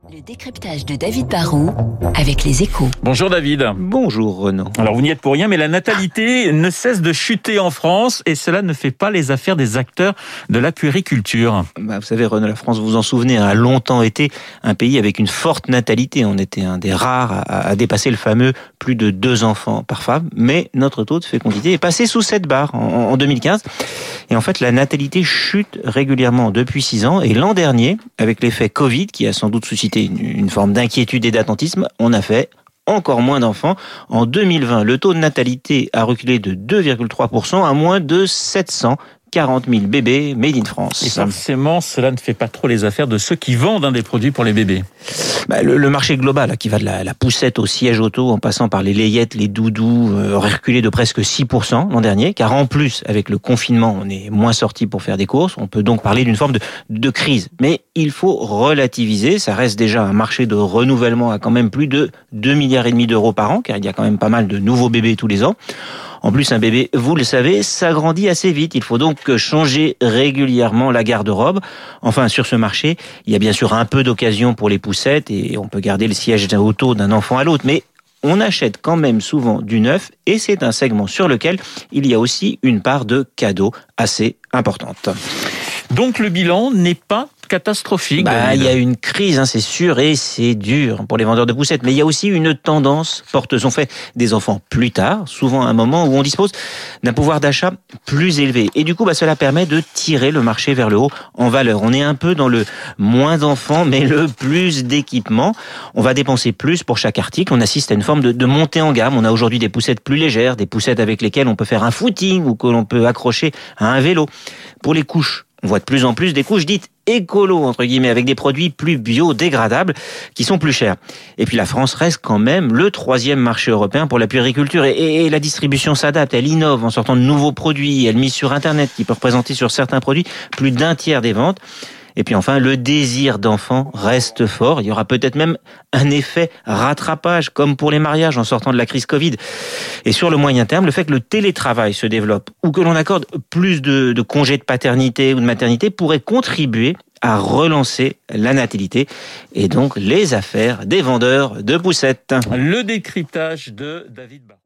Le décryptage de David Barrault avec Les Échos. Bonjour David. Bonjour Renaud. Alors vous n'y êtes pour rien, mais la natalité ne cesse de chuter en France et cela ne fait pas les affaires des acteurs de la puériculture. Vous savez Renaud, la France, vous vous en souvenez, a longtemps été un pays avec une forte natalité. On était un des rares à dépasser le fameux plus de 2 enfants par femme. Mais notre taux de fécondité est passé sous cette barre en 2015. Et en fait, la natalité chute régulièrement depuis 6 ans. Et l'an dernier, avec l'effet Covid, qui a sans doute suscité une forme d'inquiétude et d'attentisme, on a fait encore moins d'enfants. En 2020, le taux de natalité a reculé de 2,3% à moins de 740 000 bébés made in France. Et forcément, cela ne fait pas trop les affaires de ceux qui vendent des produits pour les bébés. Le marché global, qui va de la poussette au siège auto, en passant par les layettes, les doudous, aurait reculé de presque 6% l'an dernier, car en plus, avec le confinement, on est moins sorti pour faire des courses. On peut donc parler d'une forme de crise. Mais il faut relativiser. Ça reste déjà un marché de renouvellement à quand même plus de 2,5 milliards d'euros par an, car il y a quand même pas mal de nouveaux bébés tous les ans. En plus, un bébé, vous le savez, s'agrandit assez vite. Il faut donc changer régulièrement la garde-robe. Enfin, sur ce marché, il y a bien sûr un peu d'occasion pour les poussettes et on peut garder le siège auto d'un enfant à l'autre. Mais on achète quand même souvent du neuf et c'est un segment sur lequel il y a aussi une part de cadeaux assez importante. Donc le bilan n'est pas catastrophique. Il y a une crise, c'est sûr, et c'est dur pour les vendeurs de poussettes. Mais il y a aussi une tendance porteuse. On fait des enfants plus tard, souvent à un moment où on dispose d'un pouvoir d'achat plus élevé. Et du coup, cela permet de tirer le marché vers le haut en valeur. On est un peu dans le moins d'enfants, mais le plus d'équipements. On va dépenser plus pour chaque article. On assiste à une forme de montée en gamme. On a aujourd'hui des poussettes plus légères, des poussettes avec lesquelles on peut faire un footing ou que l'on peut accrocher à un vélo. Pour les couches, on voit de plus en plus des couches dites écolo, entre guillemets, avec des produits plus biodégradables qui sont plus chers. Et puis la France reste quand même le 3e marché européen pour la puériculture. Et la distribution s'adapte, elle innove en sortant de nouveaux produits, elle mise sur Internet qui peut représenter sur certains produits plus d'un tiers des ventes. Et puis enfin, le désir d'enfant reste fort. Il y aura peut-être même un effet rattrapage, comme pour les mariages en sortant de la crise Covid. Et sur le moyen terme, le fait que le télétravail se développe ou que l'on accorde plus de congés de paternité ou de maternité pourrait contribuer à relancer la natalité et donc les affaires des vendeurs de poussettes. Le décryptage de David Barrault.